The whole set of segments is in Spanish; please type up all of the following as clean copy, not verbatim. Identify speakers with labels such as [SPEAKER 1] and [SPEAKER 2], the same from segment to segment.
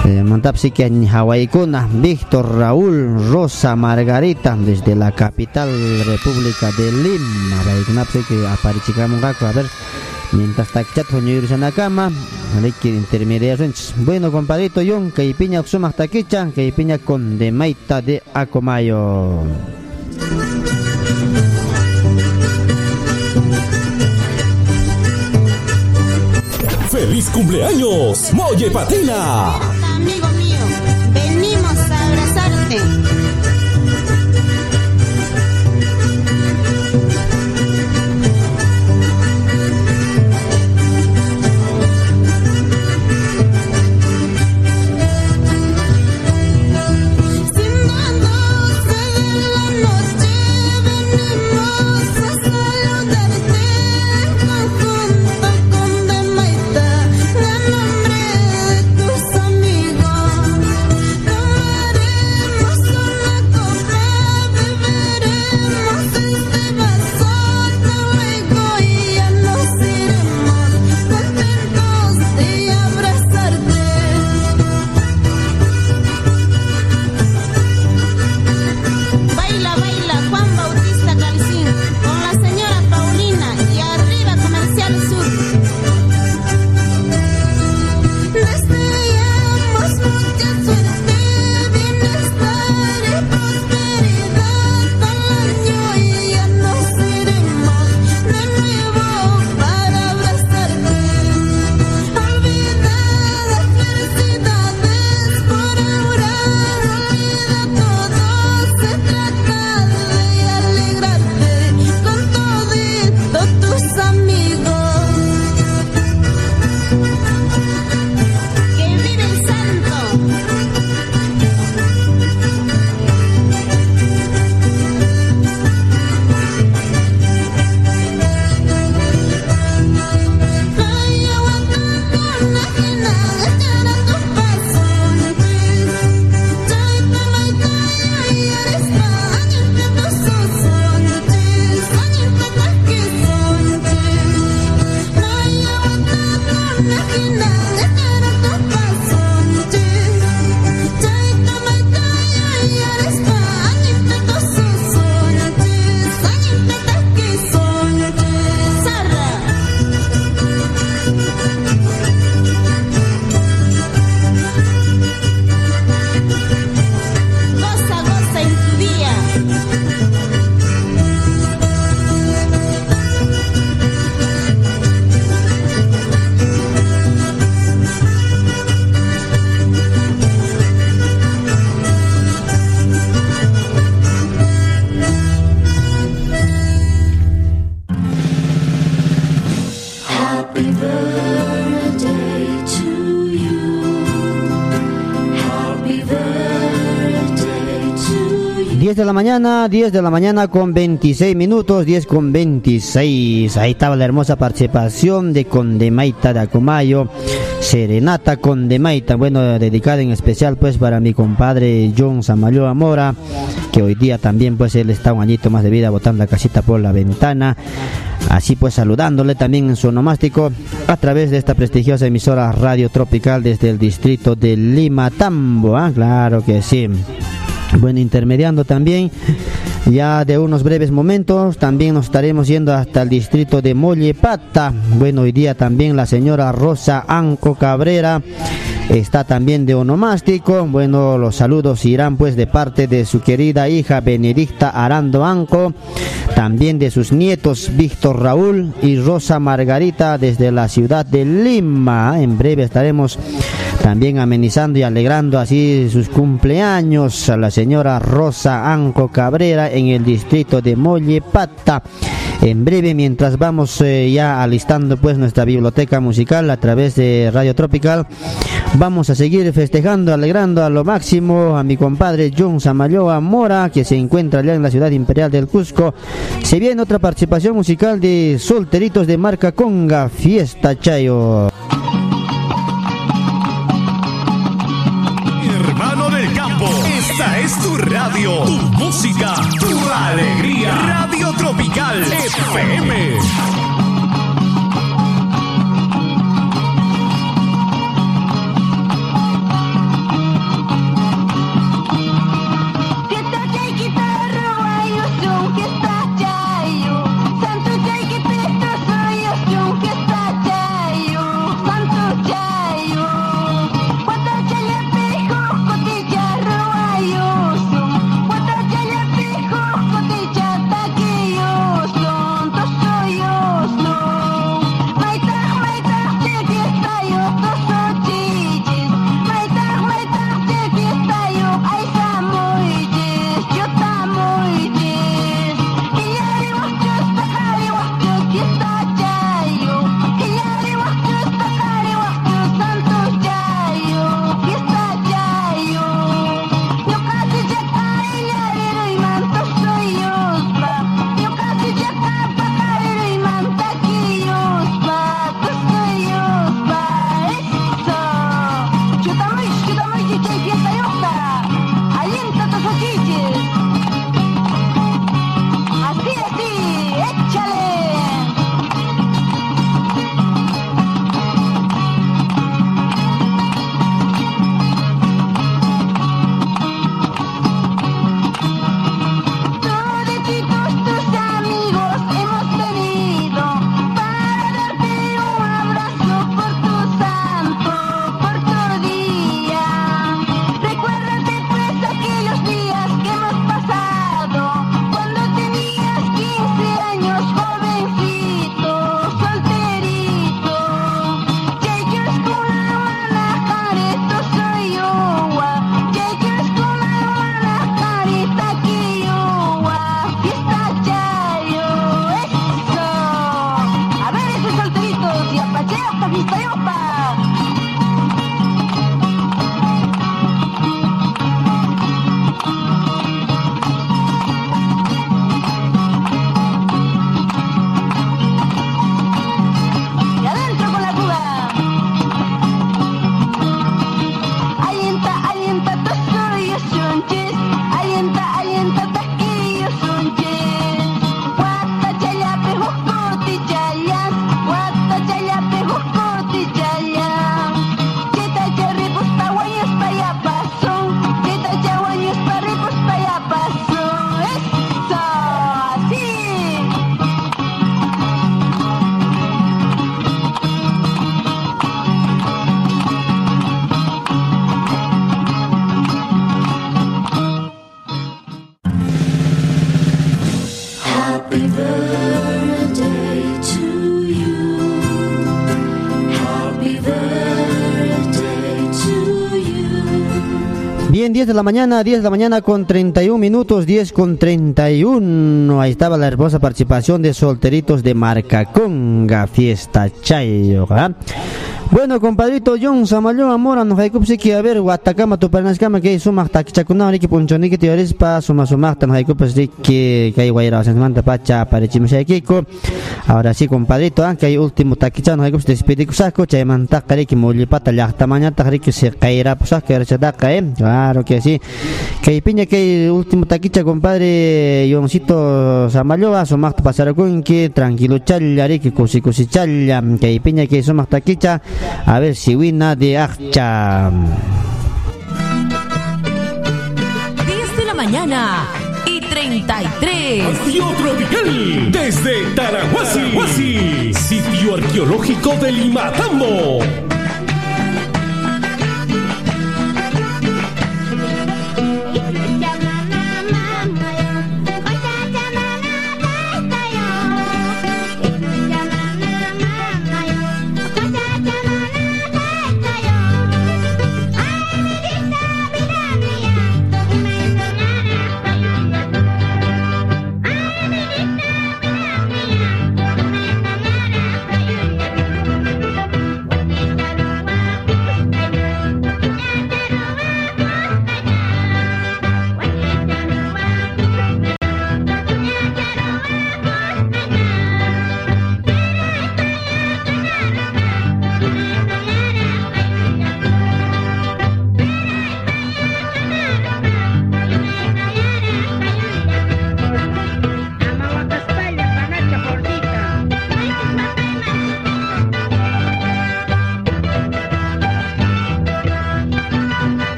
[SPEAKER 1] Montapsique en Hawaiicuna, Víctor Raúl, Rosa Margarita, desde la capital República de Lima. Que aparechicamos a ver, mientras tachat con la cama, que intermediarios. Bueno, compadrito, Yon, que piña suma taquicha, que piña con de Maita de Acomayo.
[SPEAKER 2] ¡Feliz cumpleaños, Molle Patina!
[SPEAKER 3] Amigo mío, venimos a abrazarte.
[SPEAKER 4] Happy birthday to you. Happy birthday to you.
[SPEAKER 1] 10 de la mañana con 26 minutos, 10 con 26. Ahí estaba la hermosa participación de Condemaita de Acomayo, Serenata Condemaita, bueno, dedicada en especial pues para mi compadre John Samayoa Mora, que hoy día también pues él está un añito más de vida botando la casita por la ventana. Así pues saludándole también en su onomástico a través de esta prestigiosa emisora Radio Tropical desde el distrito de Lima Tambo, claro que sí. Bueno, intermediando también ya de unos breves momentos, también nos estaremos yendo hasta el distrito de Mollepata. Bueno, hoy día también la señora Rosa Anco Cabrera está también de onomástico. Bueno, los saludos irán pues de parte de su querida hija Benedicta Arando Anco, también de sus nietos Víctor Raúl y Rosa Margarita desde la ciudad de Lima. En breve estaremos también amenizando y alegrando así sus cumpleaños a la señora Rosa Anco Cabrera en el distrito de Mollepata. En breve, mientras vamos ya alistando pues nuestra biblioteca musical a través de Radio Tropical, vamos a seguir festejando, alegrando a lo máximo a mi compadre John Samayoa Mora, que se encuentra allá en la ciudad imperial del Cusco. Se viene otra participación musical de Solteritos de Marca Conga, Fiesta Chayo.
[SPEAKER 2] Hermano del campo, esta es tu radio, tu música, tu alegría. Radio Tropical FM.
[SPEAKER 1] Bien, 10 de la mañana con 31 minutos, 10 con 31. Ahí estaba la hermosa participación de Solteritos de Marcaconga, fiesta chayo, ¿ah? Bueno, compadrito John Samalón Amora no hay que a ver Guatacama tu Parnascama que suma taquichacuna que punchoni que teoris pa suma tan hay que hay guayra semana pacha para chimshaikiko. Ahora sí, compadrito, que hay último taquichano hay que despedir saco chaymanta que molipata la tamaña que se caerá pues que rechada claro que sí. Que piña que último taquicha compadre Johncito Samalón suma pasar con que tranquilo challari que cosi challa que piña que suma taquicha. A ver si wina de Archa.
[SPEAKER 5] 10 de la mañana y 33.
[SPEAKER 2] Radio Tropical desde Tarahuasi, sitio arqueológico de Limatambo.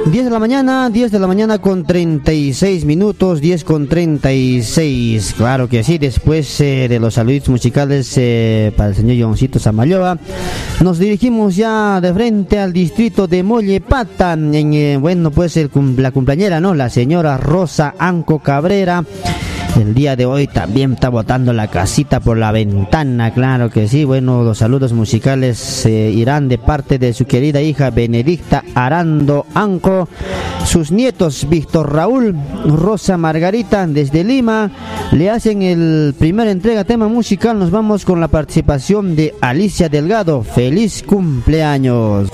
[SPEAKER 1] 10 de la mañana con 36 minutos, 10 con 36. Claro que sí, después de los saludos musicales para el señor Johncito Samayoa, nos dirigimos ya de frente al distrito de Mollepata, bueno, pues la cumpleañera, ¿no? La señora Rosa Anco Cabrera. El día de hoy también está botando la casita por la ventana, claro que sí. Bueno, los saludos musicales irán de parte de su querida hija Benedicta Arando Anco, sus nietos Víctor Raúl, Rosa Margarita desde Lima. Le hacen el primer entrega tema musical. Nos vamos con la participación de Alicia Delgado. ¡Feliz cumpleaños!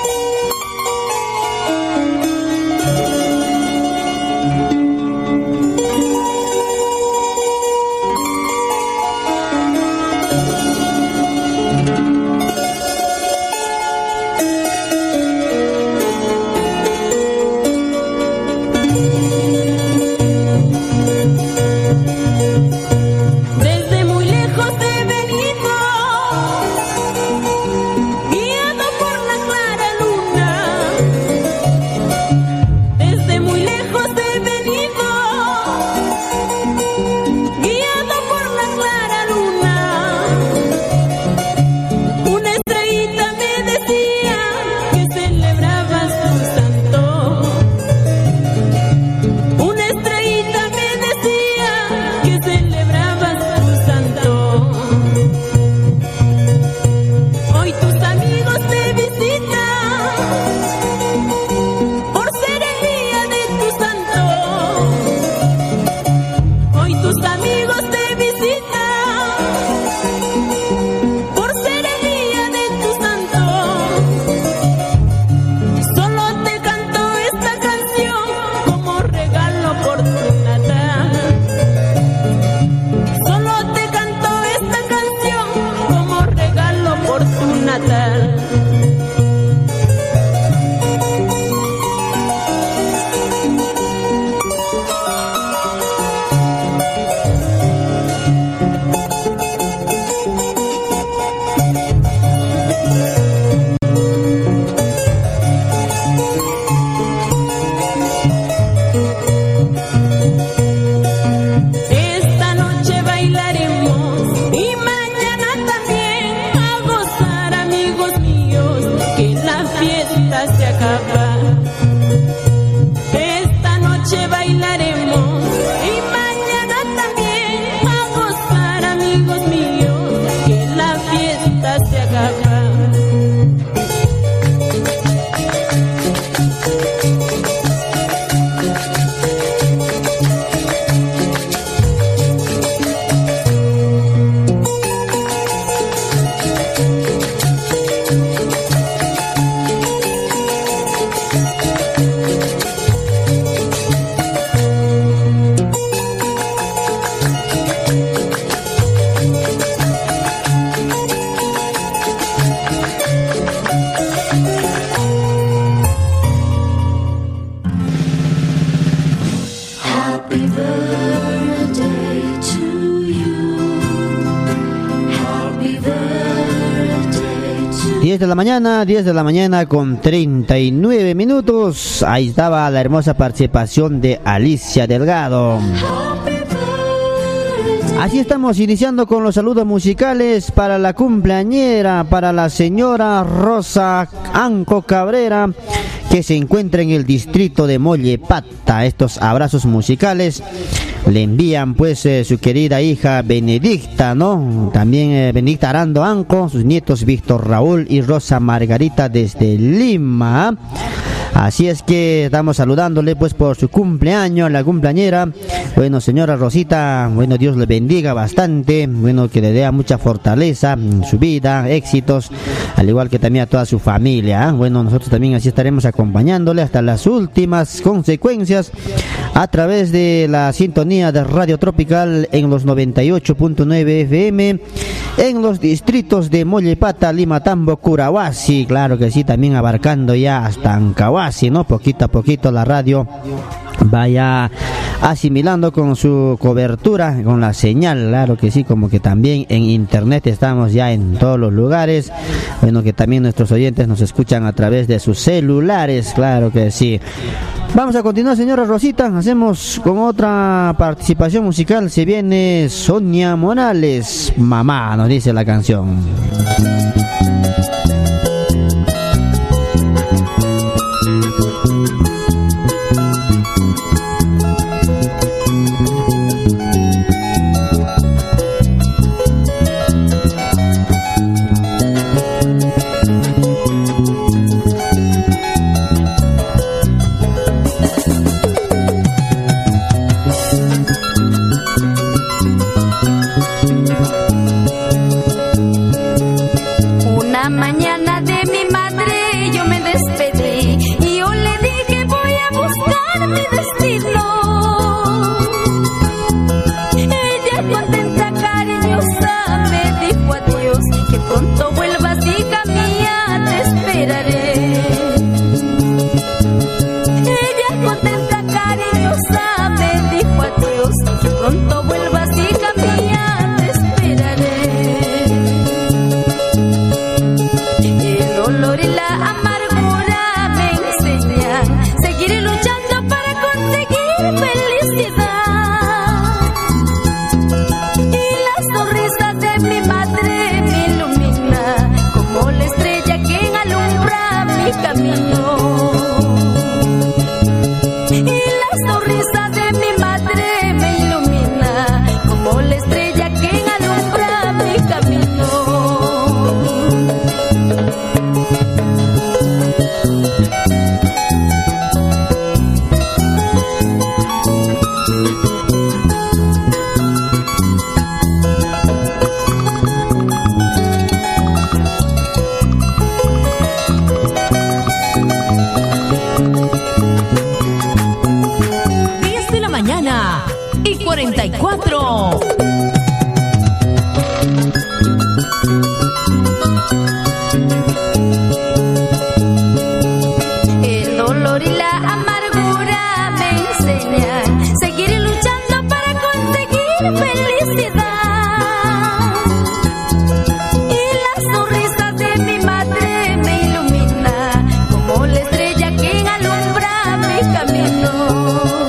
[SPEAKER 4] Happy birthday to you. Happy birthday to
[SPEAKER 1] 10 de la mañana con 39 minutos. Ahí estaba la hermosa participación de Alicia Delgado. Así estamos iniciando con los saludos musicales para la cumpleañera, para la señora Rosa Anco Cabrera, que se encuentra en el distrito de Mollepata. Estos abrazos musicales le envían pues su querida hija Benedicta, ¿no? También Benedicta Arando Anco, sus nietos Víctor Raúl y Rosa Margarita desde Lima. Así es que estamos saludándole pues por su cumpleaños, la cumpleañera. Bueno, señora Rosita, bueno, Dios le bendiga bastante, bueno, que le dé mucha fortaleza en su vida, éxitos, al igual que también a toda su familia, ¿eh? Bueno, nosotros también así estaremos acompañándole hasta las últimas consecuencias a través de la sintonía de Radio Tropical en los 98.9 FM en los distritos de Mollepata, Limatambo, Curahuasi, claro que sí, también abarcando ya hasta Ancahuasi, ¿no? Poquito a poquito la radio vaya asimilando con su cobertura, con la señal, claro que sí, como que también en internet estamos ya en todos los lugares. Bueno, que también nuestros oyentes nos escuchan a través de sus celulares, claro que sí. Vamos a continuar, señora Rosita, hacemos con otra participación musical. Se viene Sonia Morales, Mamá, nos dice la canción.
[SPEAKER 5] 44.
[SPEAKER 6] El dolor y la amargura me enseñan, seguiré luchando para conseguir felicidad. Y la sonrisa de mi madre me ilumina, como la estrella que alumbra mi camino.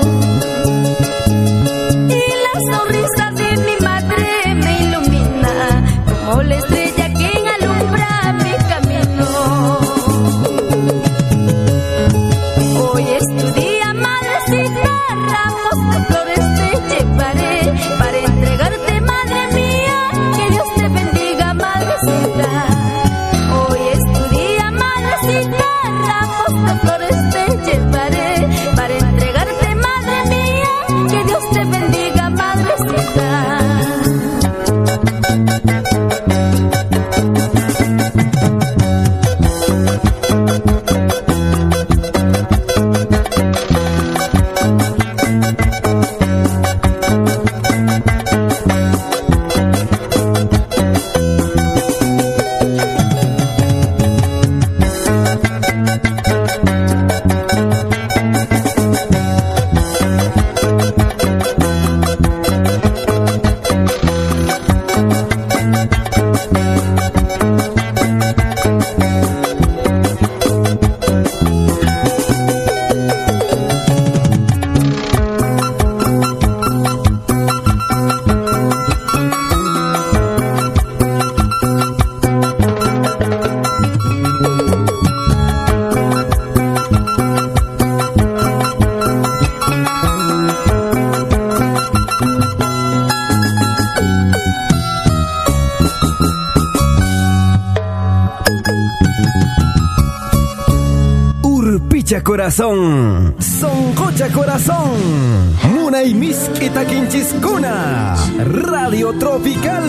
[SPEAKER 2] Corazón, Soncocha Corazón, Muna y Miskita Quinchiskuna, Radio Tropical.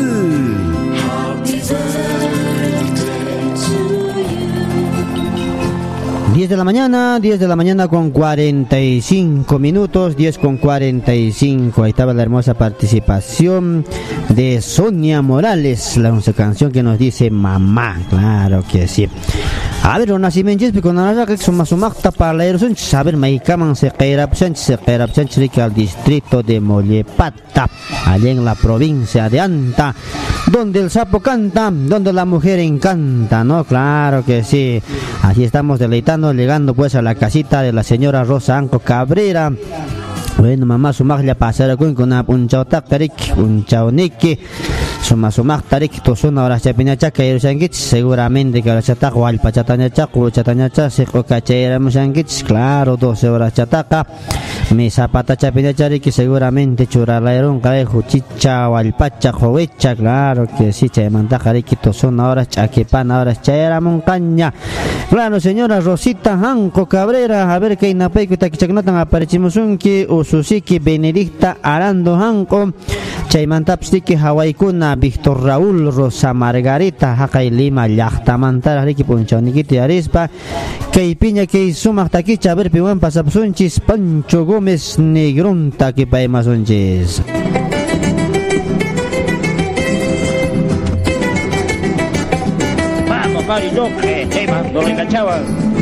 [SPEAKER 1] 10 de la mañana con 45 minutos, 10 con 45. Ahí estaba la hermosa participación de Sonia Morales, su canción que nos dice Mamá, claro que sí. A ver, nacimientos porque no hay que sumakta para leer son saber maicaman se qeirapchan al distrito de Mollepata, allá en la provincia de Anta, donde el sapo canta, donde la mujer encanta, ¿no? Claro que sí. Así estamos deleitando, llegando pues a la casita de la señora Rosa Anco Cabrera. Bueno, mamá sumaglia pasar con un chao tarik, un chao niki. Sumag tarik to suna ora chapina chaka ir sangit seguramente que ora chata wal pachatanya chatanya se cocacheira musangit claro 12 horas chataka mi zapata chapina chari que seguramente churalaron carejo chicha wal pacha jovecha claro que sí che manda jariki to suna ora chaquepana ora chaera montaña claro señora Rosita Anco Cabrera a ver que inapay que takichaknatan aparechimosunki ususiki Benedicta Arando Anco chaymantapsiki hawaykuna Víctor Raúl Rosa Margarita Hakay Lima llaqtamanta riki punchawniki arispa kay piña kay sumaq takicha a ver piwan pasapsunchis Pancho Gómez Negrunta que paymasunchis.
[SPEAKER 7] Vamos, Mari Loque, Chema, no lo enganchaba.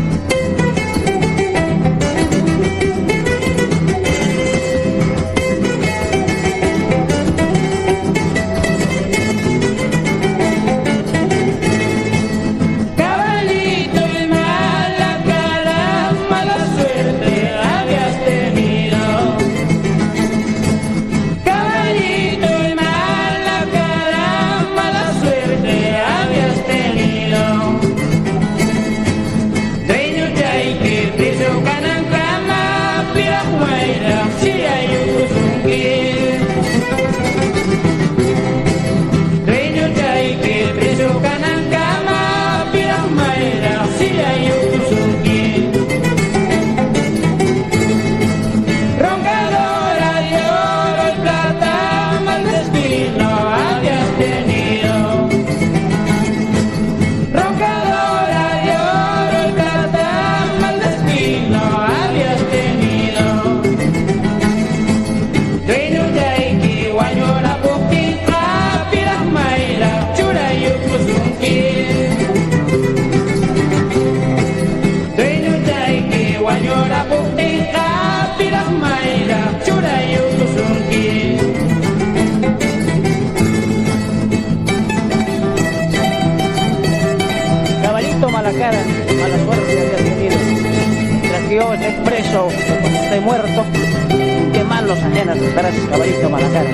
[SPEAKER 7] Expreso cuando esté muerto, qué mal los ajenas, gracias caballito Malacara.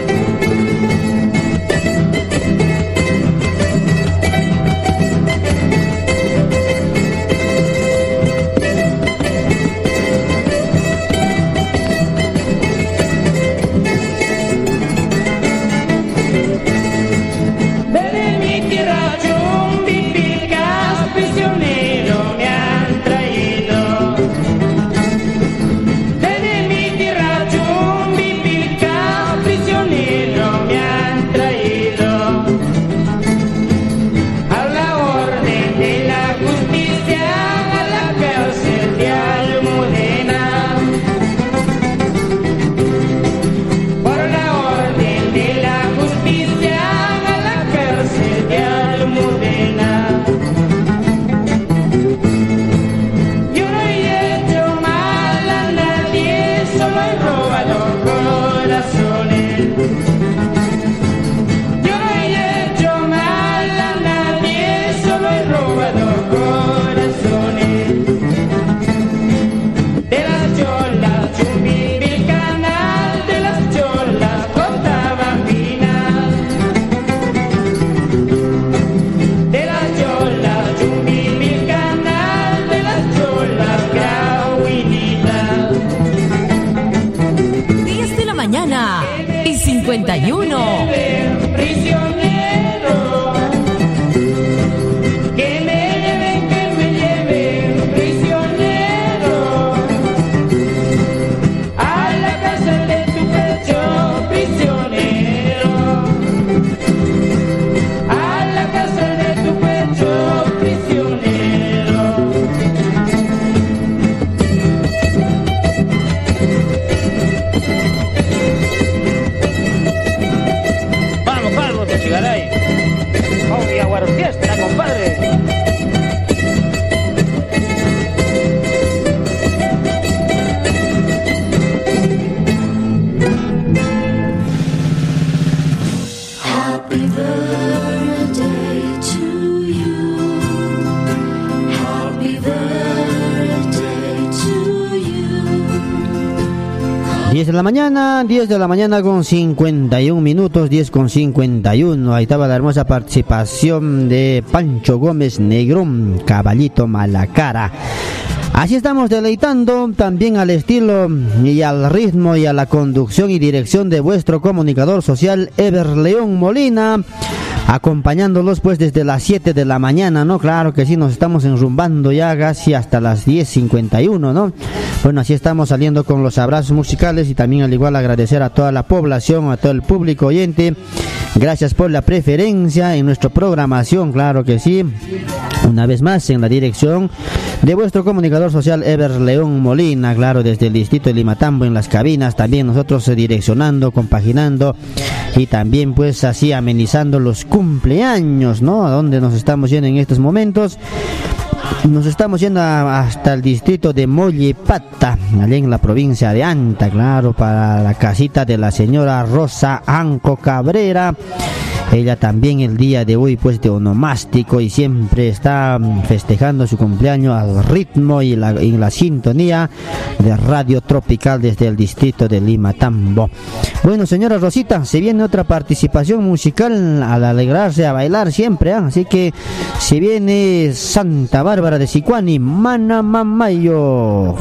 [SPEAKER 1] 10 de la mañana, 10 de la mañana con 51 minutos, 10 con 51. Ahí estaba la hermosa participación de Pancho Gómez Negrón, Caballito Malacara. Así estamos deleitando también al estilo y al ritmo y a la conducción y dirección de vuestro comunicador social Ever León Molina, acompañándolos pues desde las 7 de la mañana, ¿no? Claro que sí, nos estamos enrumbando ya casi hasta las 10:51, ¿no? Bueno, así estamos saliendo con los abrazos musicales y también al igual agradecer a toda la población, a todo el público oyente. Gracias por la preferencia en nuestra programación, claro que sí. Una vez más en la dirección de vuestro comunicador social Ever León Molina, claro, desde el distrito de Limatambo en las cabinas, también nosotros direccionando, compaginando y también pues así amenizando los cumpleaños, ¿no? A donde nos estamos yendo en estos momentos. Nos estamos yendo hasta el distrito de Mollepata, allá en la provincia de Anta, claro, para la casita de la señora Rosa Anco Cabrera. Ella también el día de hoy pues de onomástico y siempre está festejando su cumpleaños al ritmo y en la sintonía de Radio Tropical desde el distrito de Limatambo. Bueno, señora Rosita, se viene otra participación musical al alegrarse, a bailar siempre, ¿eh? Así que se viene Santa Bárbara de Sicuani, Mana Mamayo.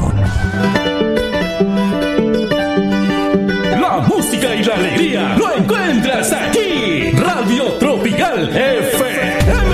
[SPEAKER 2] La música y la alegría lo encuentras aquí. Radio Tropical FM.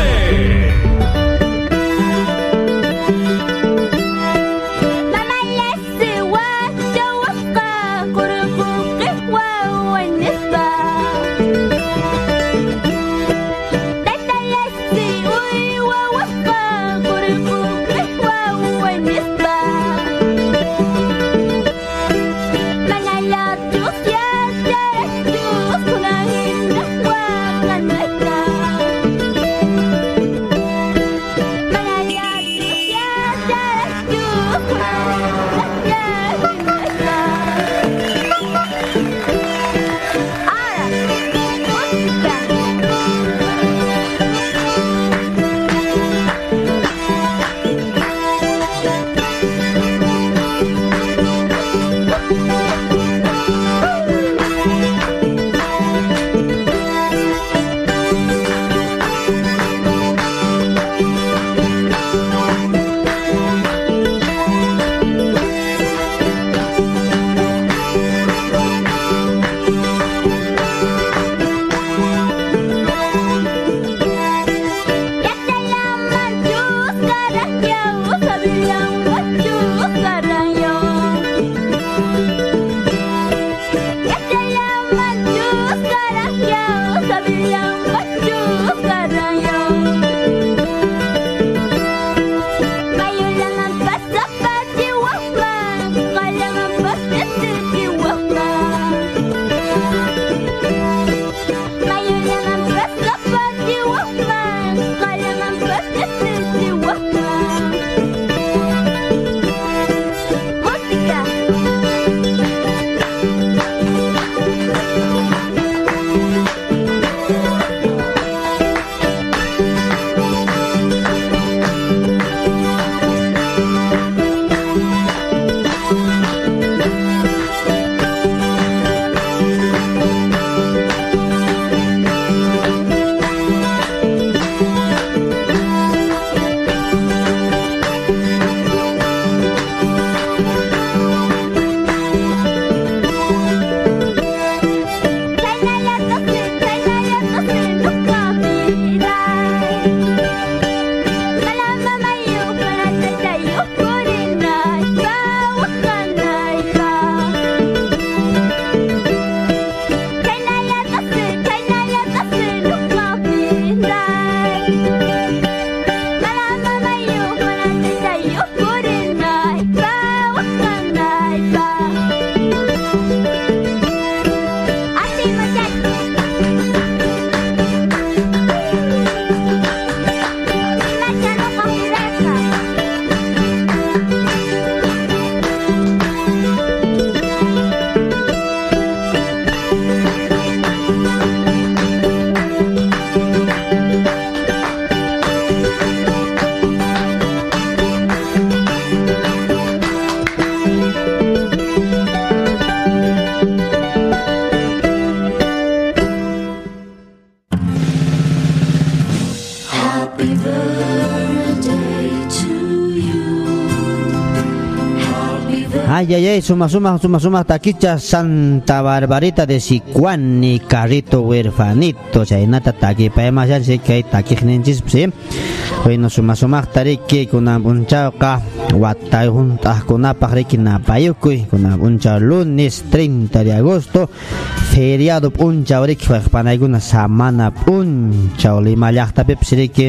[SPEAKER 1] Ay, suma taquicha Santa Barbarita de Sicuani, Carrito Huerfanito, chaynata taqui paema ya se que taqui nenchis sí. Bueno, suma tariki kuna unchauqa watay juntas kuna pagriki na payukuy kuna uncha lunes 30 de agosto feriado uncha orik panayguna semana uncha lima llaqta pepsiriki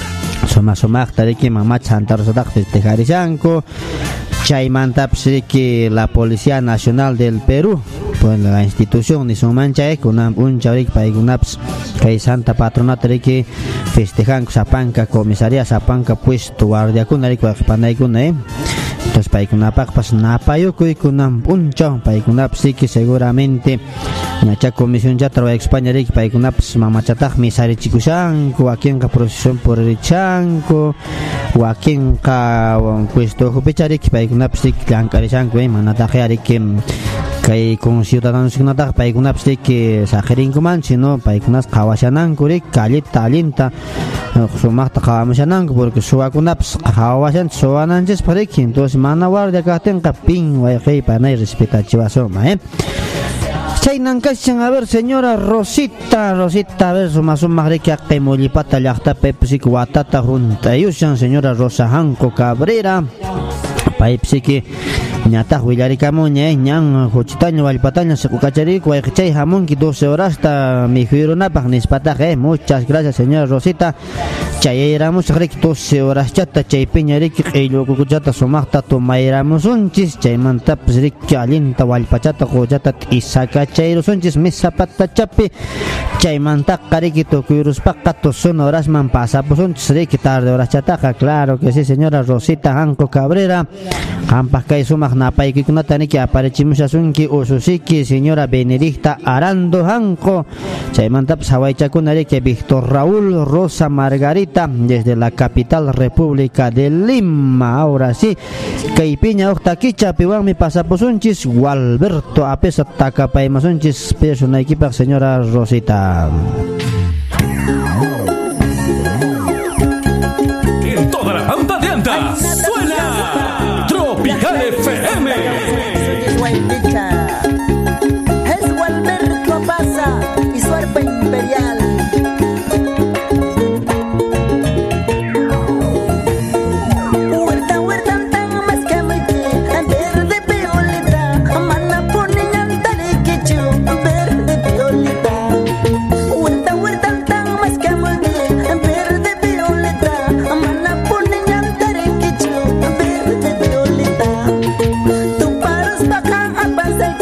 [SPEAKER 1] suma tariki mama Santa Rosa festejarishanko chaymantapsi que la Policía Nacional del Perú, pues la institución de Sumancha con un chaurik paigunaps que Santa Patronato que festejan Zapanca comisaría Zapanca puesto guardia kunari panaikuna entonces paigunapak pas napayuku y kunam uncho paigunaps que seguramente Nacha comisión ya trabaja España rik paigunaps mamachataj misari chikushanko aquí en procesión por richanko wakin ka puesto hupecharik paigunaps clancarishanko manatajarik kay con ciudadanos que nata paigunaps que sajerin kuman sino paigunas kawashananko rik kalita alinta sumakta kawamashananko porque suakunaps kawasan soananches parik entonces mana guardia katen kapin wayqay panay respetachivaso Chaynankaschan, a ver, señora Rosita, a ver, suma rekia qemulipata llaqta pepsik watata juntayushan, señora Rosa Janco Cabrera, paipsiki ñataq willarikamuña ñan huchitaño wallpataño sekukachariku wayqichay hamunki 12 horas hasta mijirunapaq nispataqa muchas gracias señora Rosita chayayramos riki 12 horas chata chaypiña riki q'illukukuchata sumaqta tumayramusunchis chaymantapis riki allinta wallpachata quchata t'isakachayrusunchis misapata chapi chaymantaqa riki tukuyruspaqa tusuna horasman pasapusunchis riki tarde horas chataqa claro que sí señora Rosita Janco Cabrera qampaq kay sumaq napaykikunata niki aparechimushasunki ususiki señora Benedicta Arando Janco chaymantapis hawaychakuna riki Víctor Raúl Rosa Margarita desde la capital República de Lima ahora sí kaypiña uqtakicha piwanmi pasapusunchis Gualberto apesa takapaymasunchis personaykipaq señora Rosita.
[SPEAKER 2] En toda la banda de anda suena Tropical FM.
[SPEAKER 8] Es Gualberto Pasa y su arpa imperial. Tú paras bacán a pasar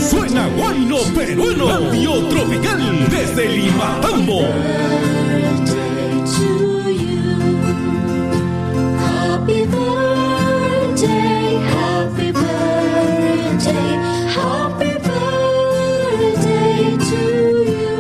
[SPEAKER 2] Suena guayno peruano. Radio Tropical desde Limatambo.
[SPEAKER 4] Happy birthday, happy birthday, happy birthday to you.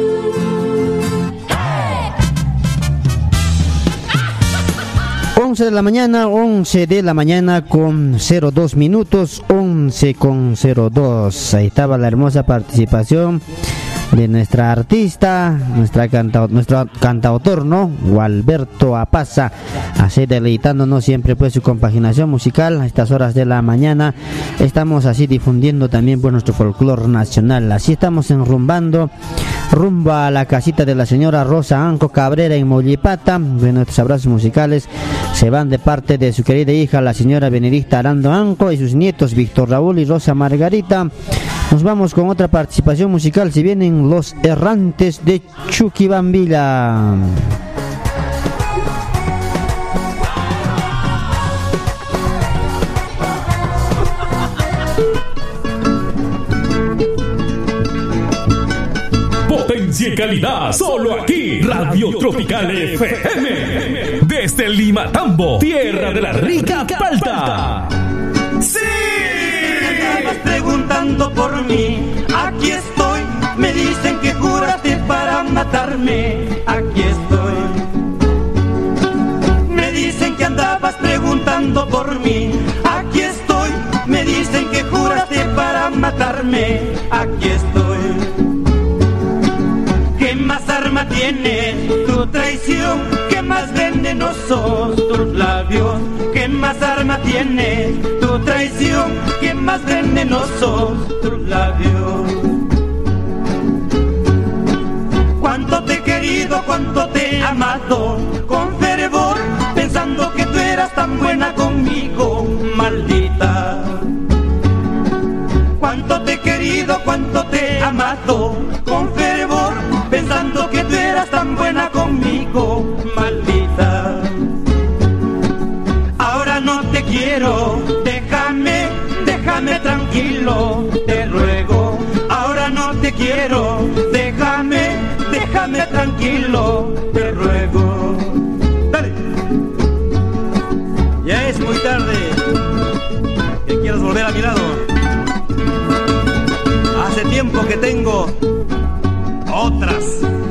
[SPEAKER 1] 11 de la mañana, 11 de la mañana con 02 minutos, 11 con 02. Ahí estaba la hermosa participación de nuestra artista, nuestro cantautor, ¿no? Gualberto Apaza, así deleitándonos siempre pues su compaginación musical a estas horas de la mañana. Estamos así difundiendo también pues nuestro folclore nacional. Así estamos enrumbando rumbo a la casita de la señora Rosa Anco Cabrera en Mollipata. De nuestros abrazos musicales se van de parte de su querida hija, la señora Benedicta Arando Anco, y sus nietos Víctor Raúl y Rosa Margarita. Nos vamos con otra participación musical. Si vienen Los Errantes de Chuquibambilla.
[SPEAKER 2] Potencia y calidad, solo aquí, Radio Tropical FM. Desde Limatambo, tierra de la rica palta. ¡Sí!
[SPEAKER 9] Estabas preguntando por mí, aquí estoy. Me dicen que juraste para matarme, aquí estoy. Me dicen que andabas preguntando por mí, aquí estoy. Me dicen que juraste para matarme, aquí estoy. ¿Qué más arma tiene tu traición? ¿Qué más venenosos tus labios? ¿Qué más arma tiene tu traición? ¿Qué más venenosos tus labios? Cuánto te he querido, cuánto te he amado, con fervor, pensando que tú eras tan buena conmigo, maldita. Cuánto te he querido, cuánto te he amado, con fervor, pensando que tú eras tan buena conmigo, maldita. Ahora no te quiero, déjame, déjame tranquilo, te ruego. Ahora no te quiero, déjame, déjame tranquilo, te ruego. Dale. Ya es muy tarde, que quieras volver a mi lado. Hace tiempo que tengo otras.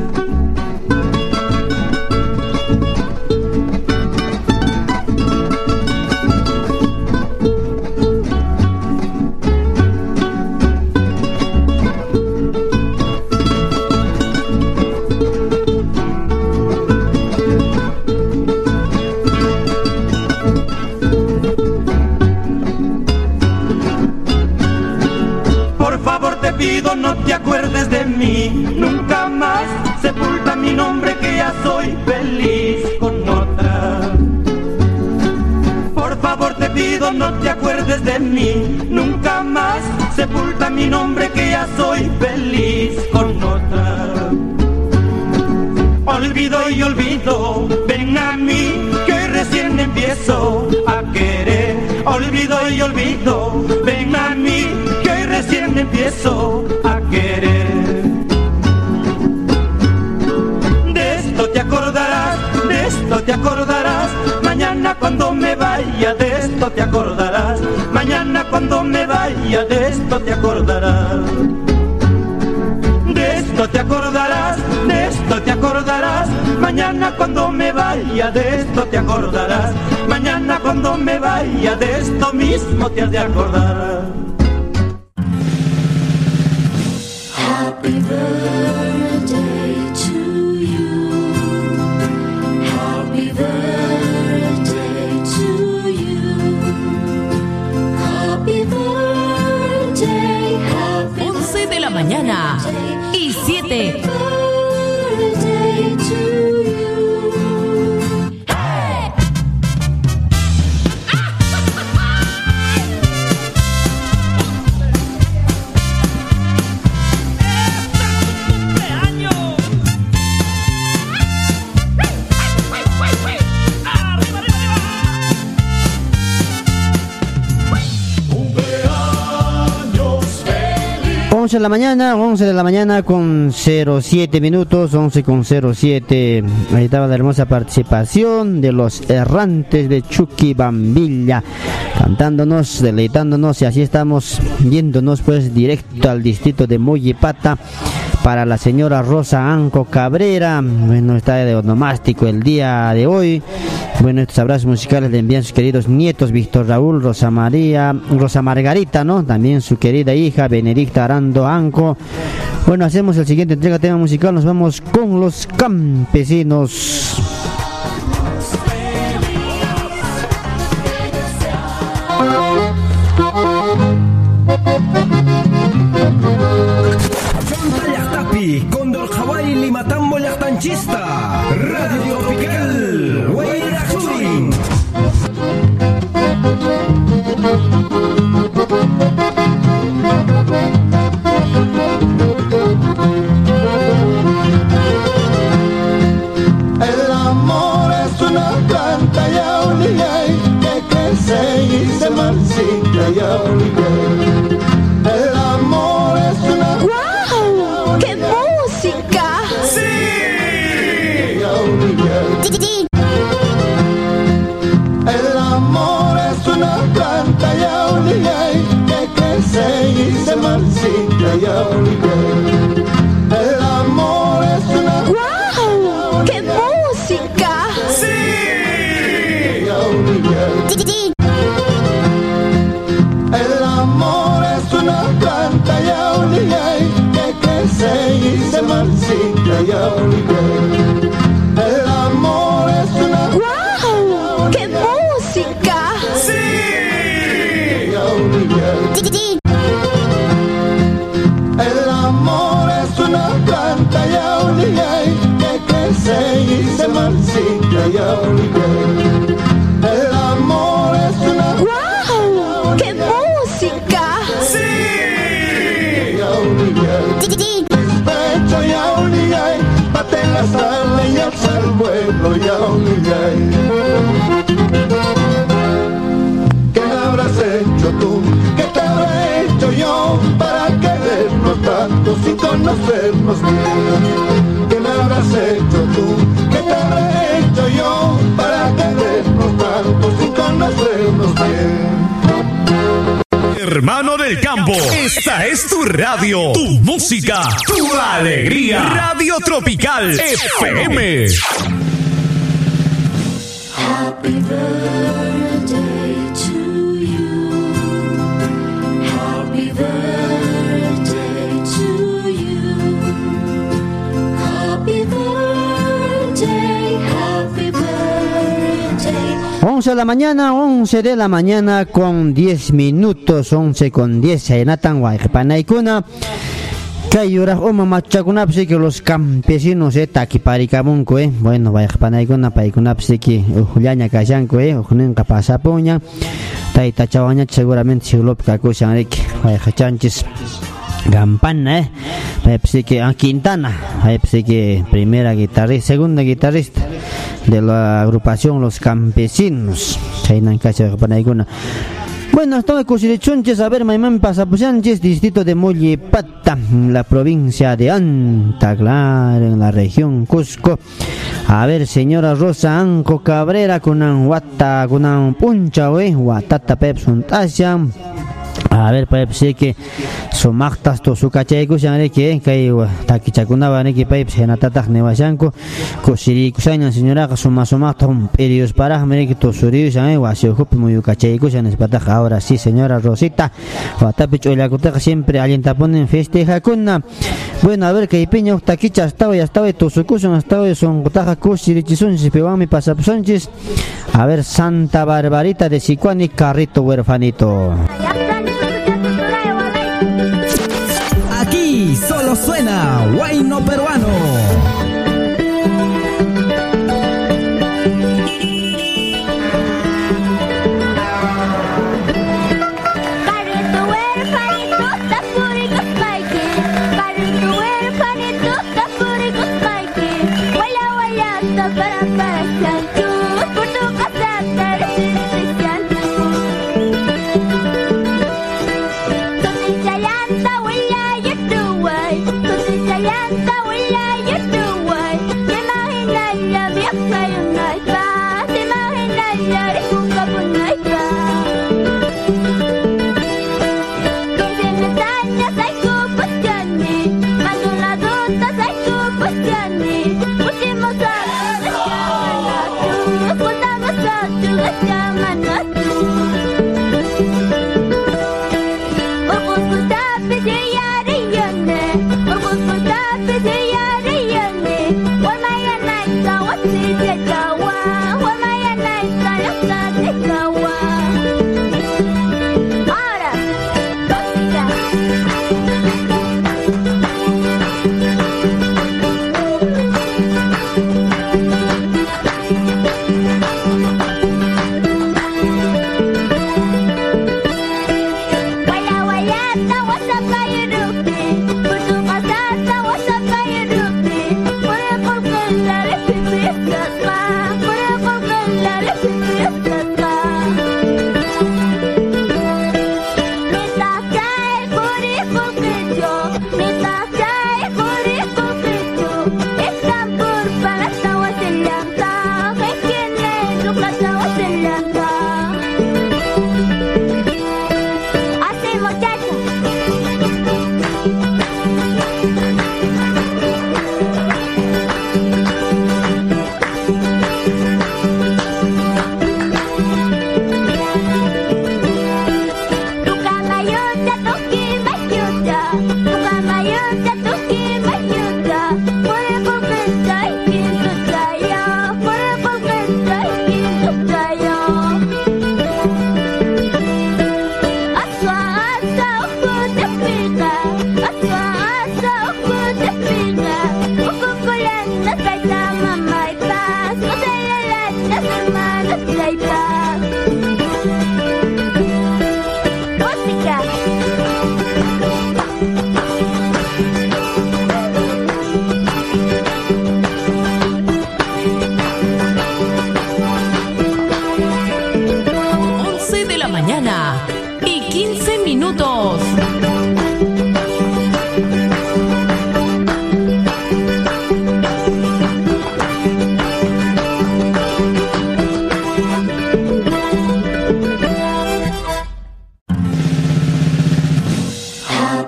[SPEAKER 9] Pido no te acuerdes de mí, nunca más sepulta mi nombre que ya soy feliz con otra. Por favor te pido no te acuerdes de mí, nunca más sepulta mi nombre que ya soy feliz con otra. Olvido y olvido, ven a mí que hoy recién empiezo a querer. Olvido y olvido, ven a mí que hoy recién empiezo a querer. De esto te acordarás, de esto te acordarás, mañana cuando me vaya, de esto te acordarás, mañana cuando me vaya, de esto te acordarás. De esto te acordarás, de esto te acordarás, mañana cuando me vaya, de esto te acordarás, mañana cuando me vaya, de esto mismo te has de acordar.
[SPEAKER 4] Happy birthday to you. Happy birthday to you. Happy birthday, happy
[SPEAKER 5] 11 de la mañana y 7.
[SPEAKER 4] birthday to you.
[SPEAKER 1] 11 de la mañana, 11 de la mañana con 07 minutos, 11 con 07. Ahí estaba la hermosa participación de los errantes de Chuquibambilla, cantándonos, deleitándonos, y así estamos yéndonos pues directo al distrito de Mollepata para la señora Rosa Anco Cabrera. Bueno, está de onomástico el día de hoy. Bueno, estos abrazos musicales le envían sus queridos nietos Víctor Raúl, Rosa Margarita, ¿no? También su querida hija Benedicta Arando Anco. Bueno, hacemos el siguiente entrega tema musical. Nos vamos con los campesinos.
[SPEAKER 2] Condor Hawaii Limatambo Yachtanchista Radio Tropical Huayrachurin.
[SPEAKER 10] El amor es una planta yauliyay que crece y se marchita yauliyay. El amor es una
[SPEAKER 6] ¡Wow! ¡Qué música!
[SPEAKER 10] ¡Sí! El amor es una planta yauliyay que crece y se marchita yauliyay. El amor es una
[SPEAKER 6] ¡Wow! ¡Qué música!
[SPEAKER 10] ¡Sí! El amor es una planta yauliyay que crece y se marchita yauliyay. El amor es una
[SPEAKER 6] ¡Wow! ¡Qué música!
[SPEAKER 10] ¡Sí! El amor es una planta yauliyay que crece y se marchita yauliyay. El amor es una
[SPEAKER 6] ¡Wow! ¡Qué música!
[SPEAKER 10] ¡Sí! Despecho yauliyay, bate la sala y alza el vuelo yauliyay. ¿Qué me habrás hecho tú? ¿Qué te habré hecho yo para querernos tanto sin conocernos bien? ¿Qué me habrás hecho tú? ¿Qué te habré hecho yo para querernos tanto sin conocernos bien?
[SPEAKER 2] Hermano del campo, esta es tu radio, tu música, tu alegría. Radio Tropical FM.
[SPEAKER 4] Happy birthday to you. Happy birthday to you. Happy birthday, happy birthday.
[SPEAKER 1] 11 de la mañana, 11 de la mañana con 10 minutos, 11 con 10. Ainatan Guaypanaikuna. Kayura Oma Machakunapsi que los campesinos taquiparikamunco, bueno, Guaypanaikuna, Paikunapsi que Juliana Cayanco, Ujunenca Pasapoña, Taita Chawaña, seguramente si lo Kakushanek, Guayachanchis. Gampana, Pepsi que a Quintana, Pepsi que primera guitarrista, segunda guitarrista de la agrupación Los Campesinos. Chainan Cacha Panaiguna. Bueno, estaba Cosirichunches, a ver, Maimán Pasapusanches, distrito de Mollepata, la provincia de Anta, claro, en la región Cusco. A ver, señora Rosa Anco Cabrera, con un guata, con un puncha, guatata pepsuntasia. A ver, parece que son mactas to su caché que que taquichacunaba ne que pipes en atatak nevashanco cosiri kusanya señora suma periodos para que to surius guasio jup muy caché kusanes pataj. Ahora sí, señora Rosita, guatapicho la cota siempre alienta ponen festeja kunna. Bueno, a ver que piña taquicha estaba ya estaba to su kusan estaba son gotaja cosiri chison si pewami pasapsanchis. A ver, Santa Barbarita de Sicuani, carrito huerfanito.
[SPEAKER 11] Aquí solo suena Huayno Peruano.
[SPEAKER 6] Llanta, huella,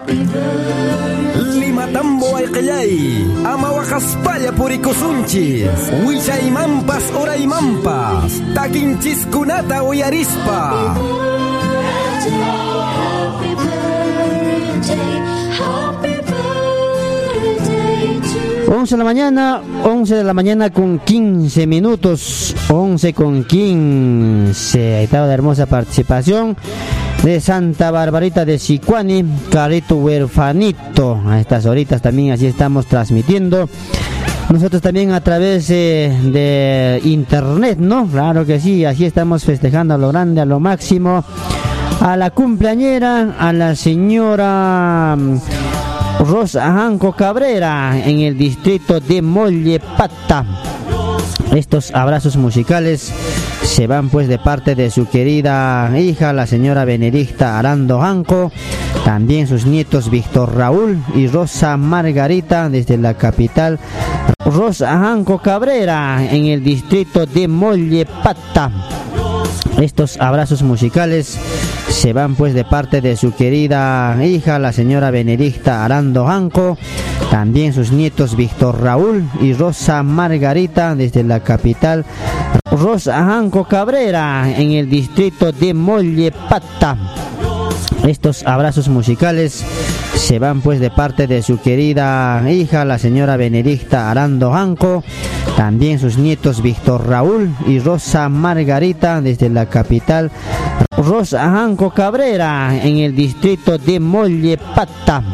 [SPEAKER 11] Limatambo ayqillay, ama waqaspalla purikusunchis, wichaymampas uraymanpas, takinchiskunata uyarispa.
[SPEAKER 1] 11 de la mañana con 15 minutos, 11 con 15. Ahí estaba la hermosa participación de Santa Barbarita de Sicuani, Carito Huerfanito. A estas horitas también así estamos transmitiendo. Nosotros también a través de internet, ¿no? Claro que sí, así estamos festejando a lo grande, a lo máximo. A la cumpleañera, a la señora Rosa Janco Cabrera, en el distrito de Mollepata. Estos abrazos musicales se van pues de parte de su querida hija, la señora Benedicta Arando Janco, también sus nietos Víctor Raúl y Rosa Margarita desde la capital. Rosa Janco Cabrera, en el distrito de Mollepata. Estos abrazos musicales se van pues de parte de su querida hija, la señora Benedicta Arando Janco, también sus nietos Víctor Raúl y Rosa Margarita desde la capital. Rosa Janco Cabrera, en el distrito de Mollepata. Estos abrazos musicales se van pues de parte de su querida hija, la señora Benedicta Arando Janco, también sus nietos Víctor Raúl y Rosa Margarita desde la capital. Rosa Janco Cabrera, en el distrito de Mollepata.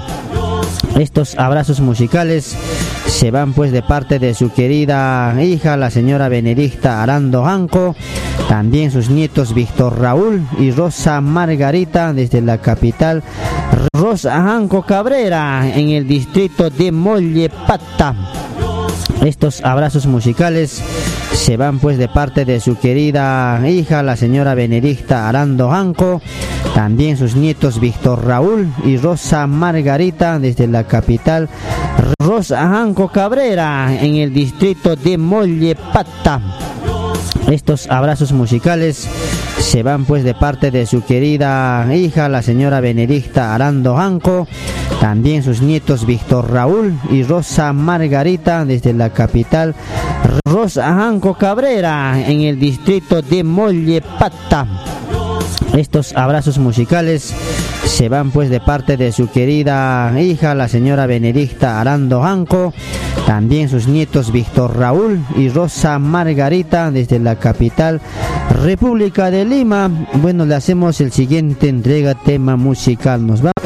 [SPEAKER 1] Estos abrazos musicales se van pues de parte de su querida hija, la señora Benedicta Arando Janco, también sus nietos Víctor Raúl y Rosa Margarita desde la capital. Rosa Janco Cabrera, en el distrito de Mollepata. Estos abrazos musicales se van pues de parte de su querida hija, la señora Benedicta Arando Janco, también sus nietos Víctor Raúl y Rosa Margarita desde la capital. Rosa Janco Cabrera, en el distrito de Mollepata. Estos abrazos musicales se van pues de parte de su querida hija, la señora Benedicta Arando Janco, también sus nietos Víctor Raúl y Rosa Margarita desde la capital. Rosa Janco Cabrera, en el distrito de Mollepata. Estos abrazos musicales se van pues de parte de su querida hija, la señora Benedicta Arando Janco, también sus nietos Víctor Raúl y Rosa Margarita desde la capital, República de Lima. Bueno, le hacemos el siguiente entrega, tema musical. Nos va.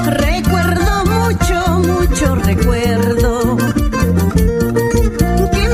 [SPEAKER 6] Recuerdo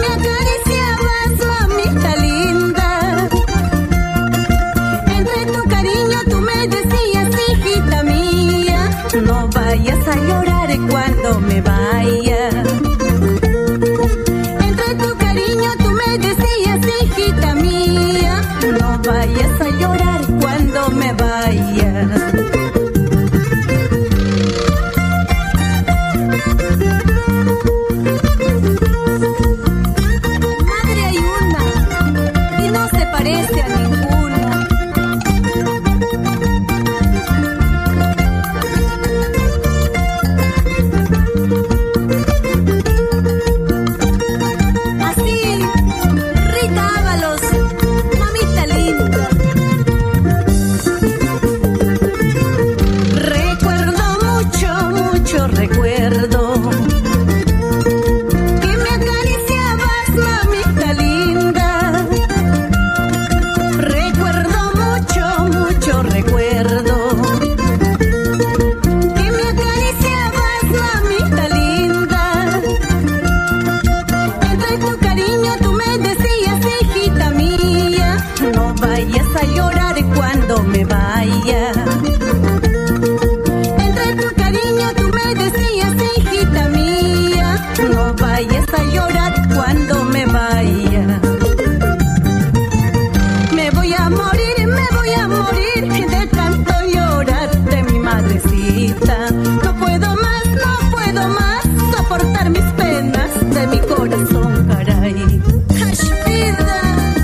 [SPEAKER 6] penas de mi corazón, caray. Kashmira.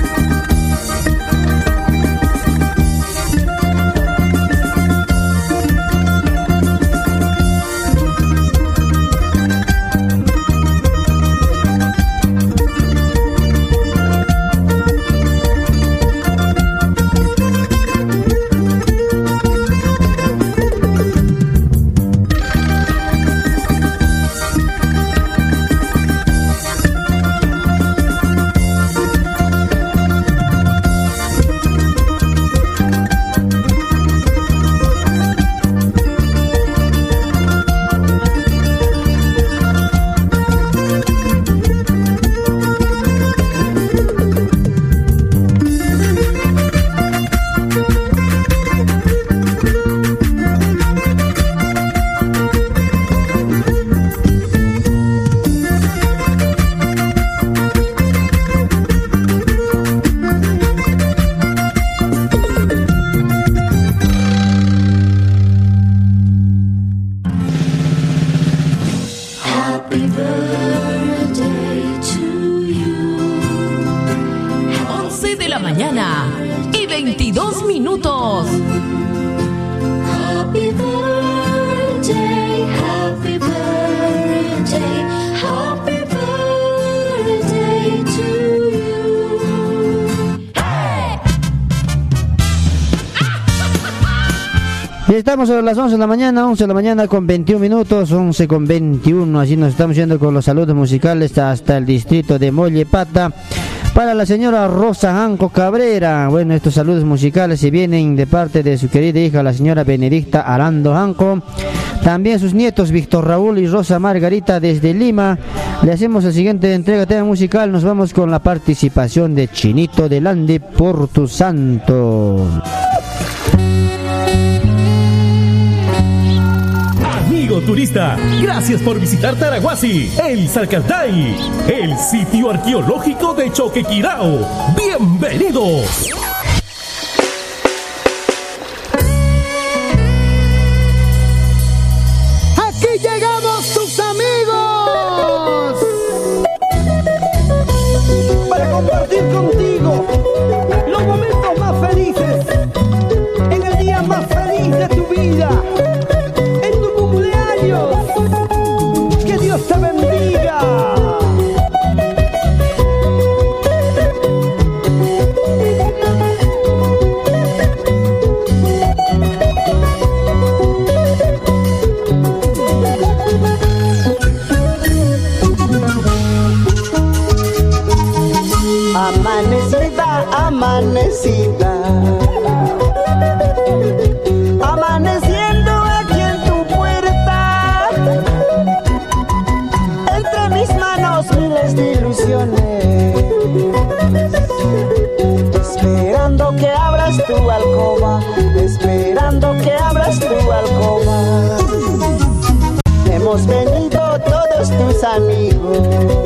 [SPEAKER 4] Happy birthday to you.
[SPEAKER 5] 11 de la mañana y 22 minutos.
[SPEAKER 4] Happy birthday, happy birthday, happy birthday to you.
[SPEAKER 1] Y estamos sobre las 11 de la mañana, 11 de la mañana con 21 minutos, 11 con 21, así nos estamos yendo con los saludos musicales hasta el distrito de Mollepata. Para la señora Rosa Janco Cabrera, bueno, estos saludos musicales se vienen de parte de su querida hija, la señora Benedicta Arando Janco. También sus nietos Víctor Raúl y Rosa Margarita desde Lima. Le hacemos la siguiente entrega tema musical, nos vamos con la participación de Chinito del Ande, Por tu Santo.
[SPEAKER 2] Amigo turista, gracias por visitar Tarahuasi, el Salcantay, el sitio arqueológico de Choquequirao. ¡Bienvenidos!
[SPEAKER 12] Aquí llegamos tus amigos para compartir contigo los momentos más felices en el día más feliz de tu vida. Que Dios te bendiga.
[SPEAKER 8] Amanecida, amanecida, amaneciendo aquí en tu puerta, entre mis manos miles de ilusiones, esperando que abras tu alcoba, esperando que abras tu alcoba. Hemos venido todos tus amigos